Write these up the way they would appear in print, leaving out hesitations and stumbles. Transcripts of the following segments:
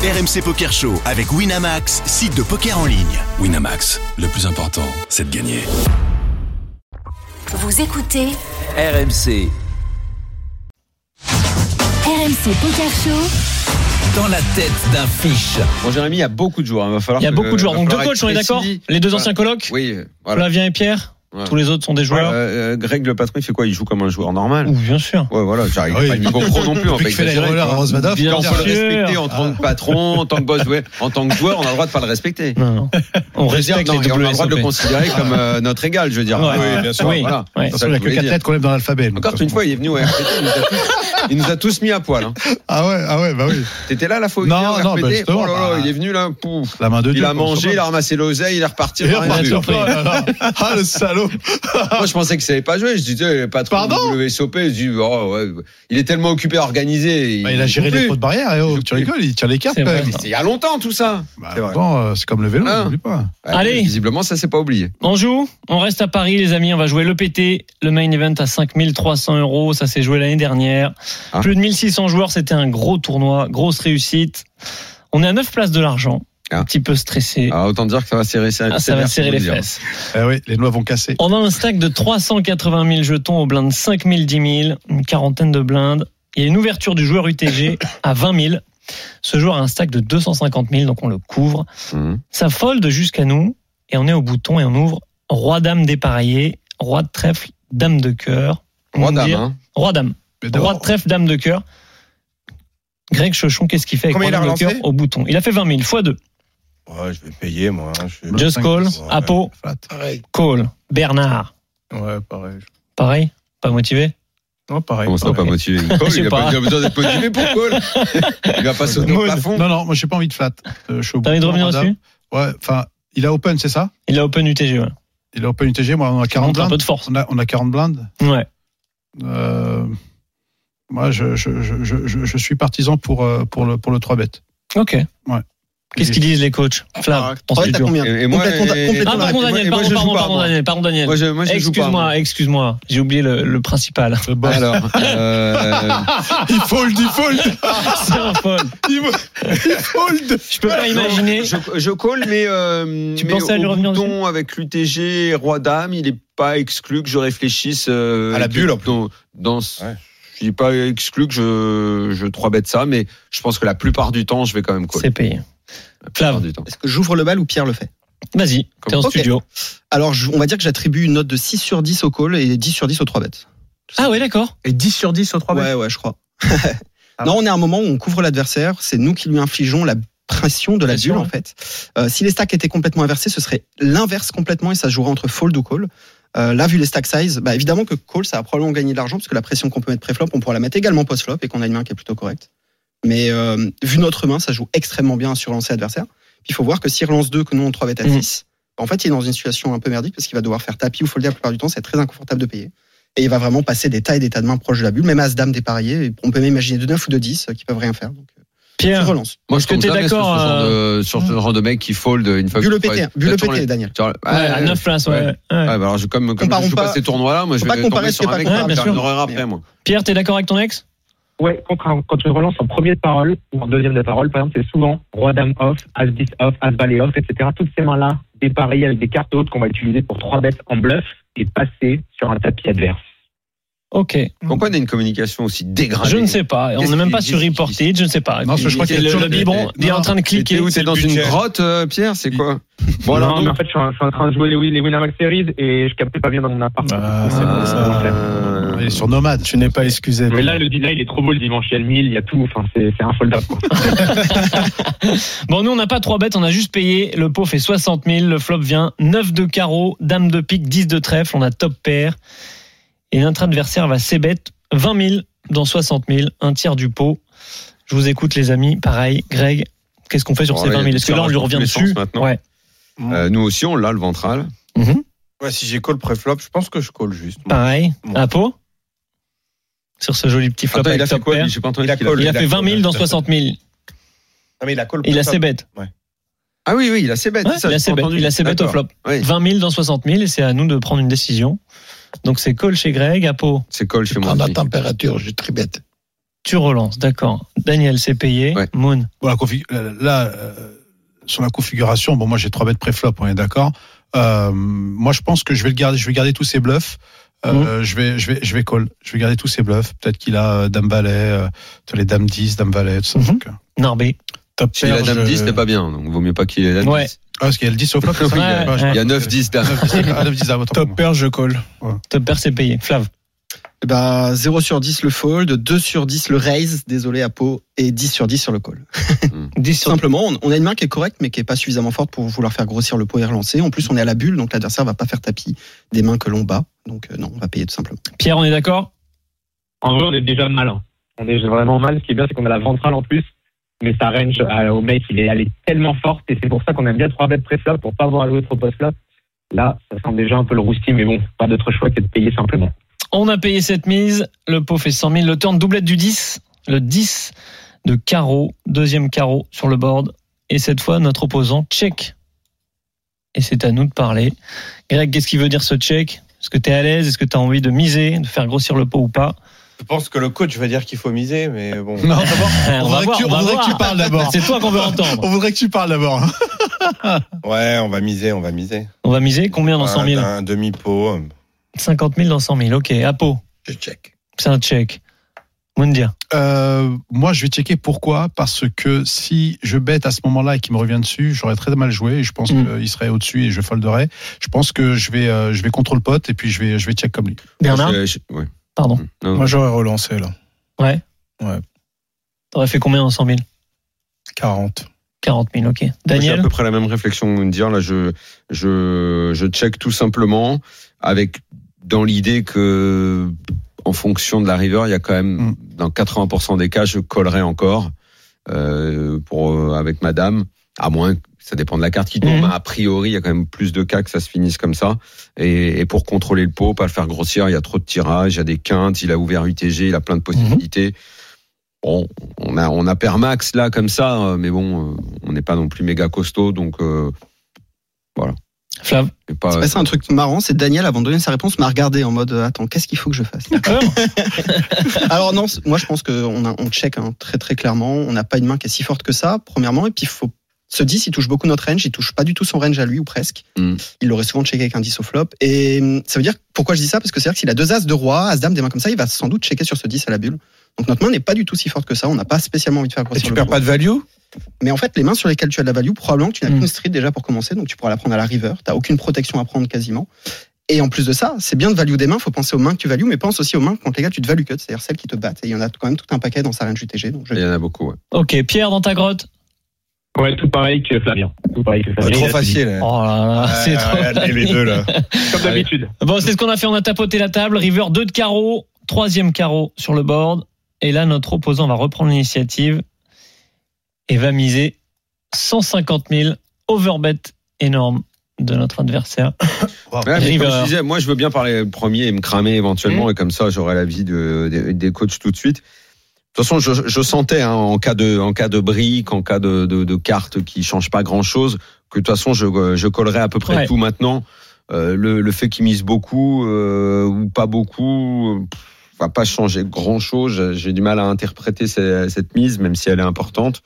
RMC Poker Show avec Winamax, site de poker en ligne. Winamax, le plus important, c'est de gagner. Vous écoutez RMC. RMC Poker Show. Dans la tête d'un fiche. Bon, Jérémy, il y a beaucoup de joueurs. Il y a beaucoup de joueurs. Donc deux coachs, on est d'accord ? Les deux anciens colocs ? Oui, voilà. Flavien et Pierre ? Ouais. Tous les autres sont des joueurs. Greg, le patron, il fait quoi ? Il joue comme un joueur normal. Oui, bien sûr. Ouais, voilà, j'arrive pas à niveau pro non plus. On peut exagérer. Bien On peut le sûr. respecter en tant que patron, en tant que boss, en tant que joueur, on a le droit de pas le respecter. Non. On respecte les on a le droit de le WSOP. considérer comme notre égal, je veux dire. Ouais. Oui, bien sûr. Oui. Voilà. Ouais. C'est ça Il n'y a que que je 4 voulais lettres qu'on lève dans l'alphabet. Encore une fois, il est venu au RPT, il nous a tous mis à poil. Hein. Ah ouais, bah oui. T'étais là la fois où Non, il vient au bah, RPT. justement, Oh là là, il est venu là, pouf. La main de Dieu. Il a mangé, il a ramassé l'oseille, il est reparti. Ah, le salaud. Moi, je pensais qu'il savait pas jouer. Je disais, le patron du WSOP, je dis, oh, ouais, il est tellement occupé à organiser. Il a géré les fautes barrières. Tu rigoles, il tire les cartes. C'est vrai. C'est il y a longtemps tout ça. C'est vrai. Bon, c'est comme le vélo, n'oublie pas. Allez. Visiblement, ça s'est pas oublié. On joue, on reste à Paris, les amis. On va jouer l'EPT, le main event à 5 300 €. Ça s'est joué l'année dernière. Ah. Plus de 1600 joueurs. C'était un gros tournoi, grosse réussite. On est à 9 places de l'argent. Ah. Un petit peu stressé. Alors, autant dire que ça va serrer Ça va serrer les fesses. Oui, les noix vont casser. On a un stack de 380 000 jetons aux blindes 5 000, 10 000, une quarantaine de blindes. Il y a une ouverture du joueur UTG à 20 000. Ce joueur a un stack de 250 000, donc on le couvre. Ça fold jusqu'à nous, et on est au bouton, et on ouvre Roi-Dame dépareillé, Roi de trèfle, Dame de cœur. Roi-Dame, hein. Roi-Dame. Roi de trèfle, Dame de cœur. Greg Chochon, qu'est-ce qu'il fait avec Roi-Dame de cœur au bouton ? Il a fait 20 000, x2. Ouais, je vais payer, moi. Just call, Apo, call, Bernard. Ouais, pareil. Pareil ? Pas motivé ? Non, pareil. Comment ça, pas motivé? Cole, il a besoin d'être motivé pour Cole. Il va pas sauter au plafond. Non, moi, j'ai pas envie de flat. T'as envie de revenir dessus ? Ouais, enfin, il a open, c'est ça ? Il a open UTG, ouais. Il a open UTG, moi, on a 40 blindes. Un peu de force. On a 40 blindes. Ouais. Moi, je suis partisan pour le 3-bet. Ok. Ouais. Qu'est-ce qu'ils disent les coachts ? Flav, ton studio. Et moi, Pardon Daniel. Moi, je joue pas. Excuse-moi. J'ai oublié le principal. Alors, il fold. C'est un fold. Il fold. Je peux pas imaginer. Je call, mais tu pensais à lui revenir dessus ? avec l'UTG et Roi-Dame, il est pas exclu que je réfléchisse à la bulle. Je dis pas exclu que je 3-bet ça, mais je pense que la plupart du temps, je vais quand même call. C'est payé. Flav, est-ce que j'ouvre le bal ou Pierre le fait ? Vas-y, t'es en studio. Alors, on va dire que j'attribue une note de 6 sur 10 au call et 10 sur 10 au 3-bet. Ah ouais, d'accord. Et 10 sur 10 au 3-bet ? Ouais, je crois. Non, on est à un moment où on couvre l'adversaire. C'est nous qui lui infligeons la pression de la bulle, en fait. Si les stacks étaient complètement inversés, ce serait l'inverse complètement et ça se jouerait entre fold ou call. Là, vu les stack size, évidemment que call, ça va probablement gagner de l'argent parce que la pression qu'on peut mettre pré-flop, on pourra la mettre également post-flop et qu'on a une main qui est plutôt correcte. Mais vu notre main, ça joue extrêmement bien sur lancer adversaire. Puis il faut voir que s'il relance 2, que nous on 3-bet à 6, en fait, il est dans une situation un peu merdique parce qu'il va devoir faire tapis ou folder la plupart du temps, c'est très inconfortable de payer. Et il va vraiment passer des tas et des tas de mains proches de la bulle, même As-Dame dépareillé. On peut même imaginer de 9 ou de 10 qui peuvent rien faire. Donc, Pierre, relance. Moi, je est-ce que t'es d'accord sur ce genre de mec qui fold une fois vu le PT, Daniel. à 9 places, ouais. Alors, comme je joue pas ces tours-là, moi, je vais tomber sur un mec qui va faire une horreur après, moi. Pierre, t'es d'accord avec ton ex ? Ouais, quand je relance en premier de parole ou en deuxième de parole, par exemple, c'est souvent Roi-Dame off, As-10 off, As-Valet off, etc. Toutes ces mains-là, dépareillées avec des cartes hautes qu'on va utiliser pour 3 bêtes en bluff et passer sur un tapis adverse. Ok. Pourquoi on a une communication aussi dégradée ? Je ne sais pas. On n'est même pas sur Reported, je ne sais pas. Non, je crois qu'il y a le biberon, il est en train de cliquer. T'es dans une grotte, Pierre, c'est quoi ? Bon, alors, mais en fait, je suis en train de jouer les Winamax Series et je captais pas bien dans mon appart. Il est sur Nomade. Tu n'es pas excusé. Mais là, le delay, il est trop beau, le dimanche, il y a le 1000, il y a tout. Enfin, c'est infoldable, quoi. Bon, nous, on n'a pas 3 bêtes, on a juste payé. Le pot fait 60 000, le flop vient 9 de carreau, Dame de pique, 10 de trèfle, on a top pair. Et notre adversaire va c-bet 20 000 dans 60 000, un tiers du pot. Je vous écoute, les amis. Pareil, Greg, qu'est-ce qu'on fait sur ces 20 000 ? Est-ce que là, on lui revient dessus ? Ouais. Nous aussi, on l'a, le ventral. Ouais, si j'ai call pré-flop, je pense que je call juste. Pareil. À pot ? Sur ce joli petit flop. Attends, avec il a fait top quoi pair. J'ai pas entendu. Il a fait 20 000 dans 60 000. Ah, mais il a call. Il a c-bet. Ouais. Ah oui, il a c-bet. Ouais, il a c-bet au flop. Oui. 20 000 dans 60 000 et c'est à nous de prendre une décision. Donc c'est call chez Greg, à pot. C'est call chez moi. Prends la température, je tribette. Tu relances, d'accord. Daniel, c'est payé. Ouais. Moon. Bon, sur la configuration, bon, moi j'ai 3 bêtes pré-flop, on est d'accord. Moi, je pense que je vais garder tous ces bluffs. Je vais call. Je vais garder tous ces bluffs. Peut-être qu'il a dame valet, les dames 10, dame valet, tout ça. Donc, Narbé. top Si la dame 10, c'est pas bien, donc vaut mieux pas qu'il ait la dame 10. parce qu'il y a le 10 au flop. Oui, il y a 9, 10 dames. 9, 10 dames. Top pair, je colle. Top pair, c'est payé. Flav. 0 sur 10 le fold, 2 sur 10 le raise, désolé à Pau, et 10 sur 10 sur le call. 10 sur Simplement, on a une main qui est correcte, mais qui est pas suffisamment forte pour vouloir faire grossir le pot et relancer. En plus, on est à la bulle, donc l'adversaire va pas faire tapis des mains que l'on bat. Donc non, on va payer tout simplement. Pierre, on est d'accord? En vrai, on est déjà malin. On est vraiment mal. Ce qui est bien, c'est qu'on a la ventrale en plus. Mais sa range au mec, elle est tellement forte. Et c'est pour ça qu'on aime bien 3 bêtes pré-flop pour pas avoir à jouer trop post-flop. Là, ça sent déjà un peu le rousti, mais bon, pas d'autre choix que de payer simplement. On a payé cette mise. Le pot fait 100 000. Le turn doublette du 10. Le 10 de carreau. Deuxième carreau sur le board. Et cette fois, notre opposant check. Et c'est à nous de parler. Greg, qu'est-ce qu'il veut dire ce check? Est-ce que tu es à l'aise? Est-ce que tu as envie de miser, de faire grossir le pot ou pas? Je pense que le coach va dire qu'il faut miser, mais bon. Non, d'abord, On va voir. que tu parles d'abord. C'est toi qu'on veut entendre. On voudrait que tu parles d'abord. Ouais, on va miser. On va miser combien dans 100 000? Un demi-pot. 50 000 dans 100 000. Ok, à pot. Je check. C'est un check. Moundir. Moi, je vais checker pourquoi. Parce que si je bête à ce moment-là et qu'il me revient dessus, j'aurais très mal joué et je pense qu'il serait au-dessus et je folderais. Je pense que je vais contre le pote et puis je vais check comme lui. Bernard. Ouais. Pardon. Non. Moi, j'aurais relancé, là. Ouais. Ouais. T'aurais fait combien dans 100 000? 40. 40 000, ok. J'ai Daniel. à peu près la même réflexion que dire. Là, je check tout simplement avec dans l'idée que en fonction de la river, il y a quand même dans 80% des cas, je collerai encore avec madame, à moins que ça dépend de la carte qui tombe. A priori, il y a quand même plus de cas que ça se finisse comme ça. Et pour contrôler le pot, pas le faire grossir, il y a trop de tirages, il y a des quintes, il a ouvert UTG, il a plein de possibilités. Bon, on a pair max là comme ça, mais bon, on n'est pas non plus méga costaud, donc voilà. Flav. C'est un truc marrant, c'est Daniel, avant de donner sa réponse, m'a regardé en mode attends, qu'est-ce qu'il faut que je fasse? Alors non, moi je pense qu'on check très très clairement. On n'a pas une main qui est si forte que ça, premièrement, et puis il faut ce 10, il touche beaucoup notre range, il touche pas du tout son range à lui ou presque. Il l'aurait souvent checké avec un 10 au flop. Et ça veut dire, pourquoi je dis ça? Parce que c'est-à-dire que s'il a 2 as de roi, as dame, des mains comme ça, il va sans doute checker sur ce 10 à la bulle. Donc notre main n'est pas du tout si forte que ça, on n'a pas spécialement envie de faire grossir. Et tu perds pas de value? Mais en fait, les mains sur lesquelles tu as de la value, probablement que tu n'as qu'une street déjà pour commencer, donc tu pourras la prendre à la river, t'as aucune protection à prendre quasiment. Et en plus de ça, c'est bien de value des mains, faut penser aux mains que tu values, mais pense aussi aux mains contre lesquelles tu te value cut, c'est-à-dire celles qui te battent. Et il y en a quand même tout un paquet dans sa range UTG. Donc il y en a beaucoup, ouais. Ok, Pierre, dans ta grotte? Ouais, tout pareil que Flavien. Trop facile. Oh là là, c'est trop. Les deux, là. Comme d'habitude. Bon, c'est ce qu'on a fait, on a tapoté la table. River 2 de carreau, 3e carreau sur le board. Et là, notre opposant va reprendre l'initiative et va miser 150 000, overbet énorme de notre adversaire. Ouais, mais comme je disais, moi je veux bien parler le premier et me cramer éventuellement, et comme ça j'aurai l'avis des coachs tout de suite. De toute façon, je sentais en cas de brique, en cas de carte qui change pas grand chose, que de toute façon je collerai à peu près tout maintenant. Le fait qu'il mise beaucoup ou pas beaucoup va pas changer grand chose. J'ai du mal à interpréter cette mise, même si elle est importante.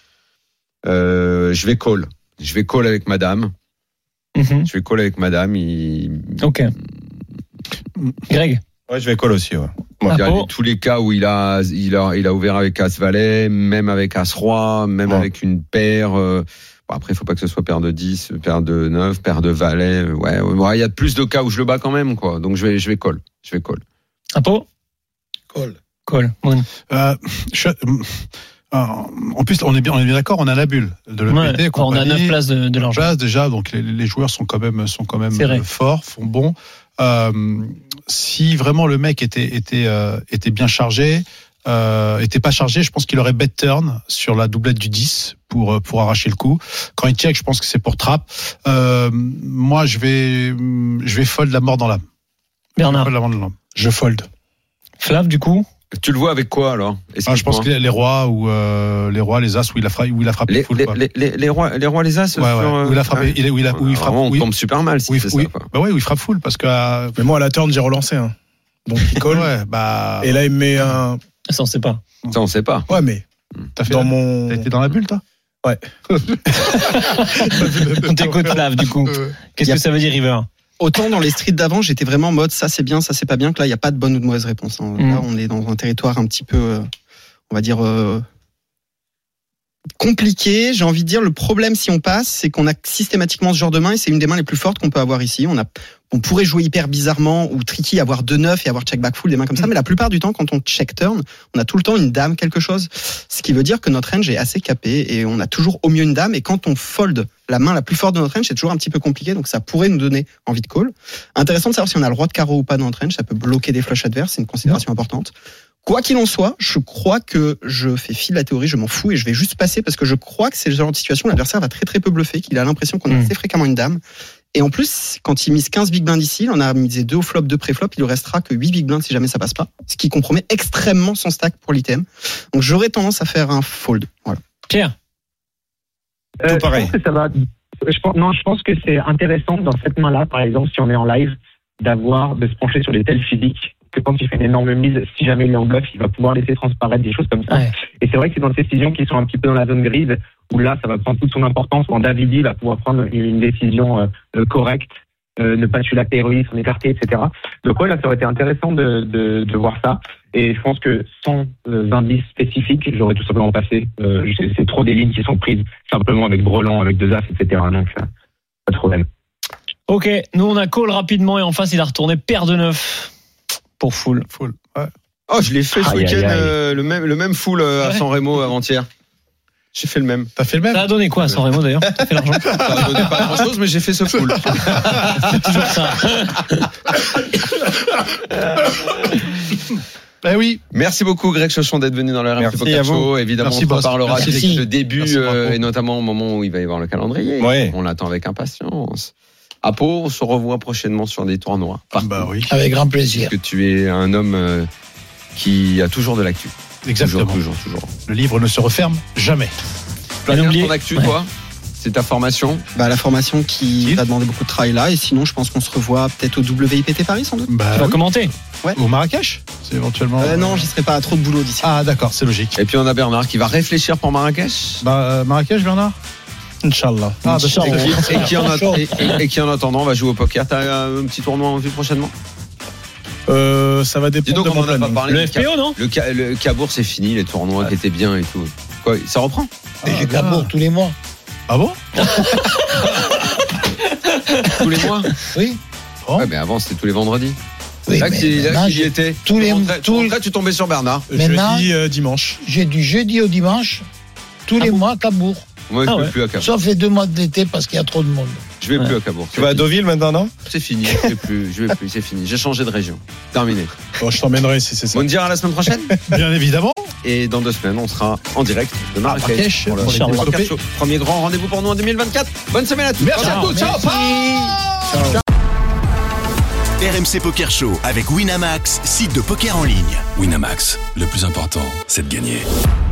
Je vais call avec madame. Je vais call avec madame. Ok. Greg. Ouais, je vais call aussi, ouais. Tous les cas où il a ouvert avec as valet, même avec as roi, même avec une paire. Après, il faut pas que ce soit paire de 10, paire de 9, paire de valet. Ouais, il y a plus de cas où je le bats quand même, quoi. Donc je vais call. Apo. Call. Moon. En plus, on est bien d'accord, on a la bulle de l'EPT. On a 9 places de l'argent. Déjà, donc les joueurs sont quand même forts, font bon. Si vraiment le mec était bien chargé, était pas chargé, je pense qu'il aurait bet turn sur la doublette du 10 pour arracher le coup. Quand il check, je pense que c'est pour trap. Moi, je vais fold la mort dans l'âme. Bernard. Je fold. Flav, du coup. Tu le vois avec quoi alors? Je pense que les rois ou les as où il a frappé full. Les rois, les as. Où il a frappé, où il frappe. On tombe super mal si c'est ça. Bah ouais, où il frappe full parce que. Mais moi à la turn j'ai relancé. Donc il colle. Et là il me met Ça, on sait pas. Ça, on sait pas. Ouais, mais T'as fait dans la- mon. T'as été dans la bulle, toi? Ouais. On t'écoute, Slav, du coup. Qu'est-ce que ça veut dire, River? Autant dans les streets d'avant, j'étais vraiment en mode ça c'est bien, ça c'est pas bien, que là il n'y a pas de bonne ou de mauvaise réponse. Hein. Là, on est dans un territoire un petit peu, on va dire, compliqué. J'ai envie de dire, le problème si on passe, c'est qu'on a systématiquement ce genre de main et c'est une des mains les plus fortes qu'on peut avoir ici. On pourrait jouer hyper bizarrement ou tricky, avoir 2-9 et avoir check back full, des mains comme ça, mais la plupart du temps, quand on check turn, on a tout le temps une dame quelque chose. Ce qui veut dire que notre range est assez capé et on a toujours au mieux une dame. Et quand on fold la main la plus forte de notre range, c'est toujours un petit peu compliqué, donc ça pourrait nous donner envie de call. Intéressant de savoir si on a le roi de carreau ou pas dans notre range, ça peut bloquer des flushs adverses, c'est une considération importante. Quoi qu'il en soit, je crois que je fais fi de la théorie, je m'en fous et je vais juste passer parce que je crois que c'est le genre de situation où l'adversaire va très très peu bluffer, qu'il a l'impression qu'on a assez fréquemment une dame. Et en plus, quand il mise 15 big blinds ici, on a misé 2 au flop, 2 pré-flop, il ne restera que 8 big blinds si jamais ça passe pas. Ce qui compromet extrêmement son stack pour l'ITM. Donc j'aurais tendance à faire un fold. Voilà. Pierre? Tout pareil. Je pense que ça va. Je pense que c'est intéressant dans cette main-là, par exemple, si on est en live, de se pencher sur des tels physiques que quand il fait une énorme mise, si jamais il est en bluff, il va pouvoir laisser transparaître des choses comme ça. Ouais. Et c'est vrai que c'est dans ces décisions qui sont un petit peu dans la zone grise, où là, ça va prendre toute son importance, quand Davidi va pouvoir prendre une décision correcte, ne pas tuer la PRI, s'en écarter, etc. Donc ouais, là, ça aurait été intéressant de voir ça. Et je pense que sans indice spécifique, j'aurais tout simplement passé. C'est trop des lignes qui sont prises simplement avec Brelan, avec 2 As, etc. Donc, pas de problème. Ok, nous on a call rapidement et en face il a retourné paire de 9 pour full. Full. Ouais. Oh, je l'ai fait ce Aïe, week-end, aïe, aïe. le même full à San Remo avant-hier. J'ai fait le même. T'as fait le même? Ça a donné quoi à San Remo d'ailleurs? T'as fait l'argent? Ça ne donnait pas grand-chose, mais j'ai fait ce full. C'est toujours ça. Ben oui. Merci beaucoup Greg Chauchon d'être venu dans le RMC Merci Poker à vous. Show. Évidemment, Merci, on en boss. parlera Merci. dès le début Merci, bravo. et notamment au moment où il va y avoir le calendrier. Ouais. On l'attend avec impatience. Apo, on se revoit prochainement sur des tournois. Bah oui. Avec grand plaisir. Parce que tu es un homme qui a toujours de l'actu. Exactement. Toujours. Le livre ne se referme jamais. Flavien, n'oubliez- ton actu, Ouais. toi, c'est ta formation. Bah, la formation qui va demander beaucoup de travail là. Et sinon, je pense qu'on se revoit peut-être au WIPT Paris sans doute. Bah, Tu vas oui. commenter? Au Marrakech? C'est éventuellement. Non, j'y serai pas, trop de boulot d'ici. Ah, d'accord, c'est logique. Et puis on a Bernard qui va réfléchir pour Marrakech. Bah, Marrakech, Bernard? Inch'Allah. Ah, bah, Et qui en attendant va jouer au poker. T'as un petit tournoi en vue prochainement? Ça va Dis dépendre donc, de on mon en a pas planning. parlé. Le FPO, non? Le Cabourg, c'est fini, les tournois qui étaient bien et tout. Quoi, ça reprend? Et j'ai Cabourg tous les mois. Ah bon? Tous les mois? Oui. Ouais, mais avant, c'était tous les vendredis. Oui, Là, mais qu'il maintenant, y était. tous les- Là, tu tombais sur Bernard. Maintenant- Jeudi, dimanche. j'ai du jeudi au dimanche, tous les mois, Cabourg. Moi, je Ah vais ouais. plus à Cabourg. Sauf les 2 mois de l'été parce qu'il y a trop de monde. Je vais plus à Cabourg. Tu vas à Deauville maintenant, non? C'est fini. Je vais plus. C'est fini. J'ai changé de région. Terminé. Bon, je t'emmènerai si c'est ça. On te dira à la semaine prochaine. Bien évidemment. Et dans 2 semaines, on sera en direct de Marrakech. Marrakech, pour le pour les Poker développer. Show. Premier grand rendez-vous pour nous en 2024. Bonne semaine à tous. Merci à tous. Ciao. RMC Poker Show avec Winamax, site de poker en ligne. Winamax, le plus important, c'est de gagner.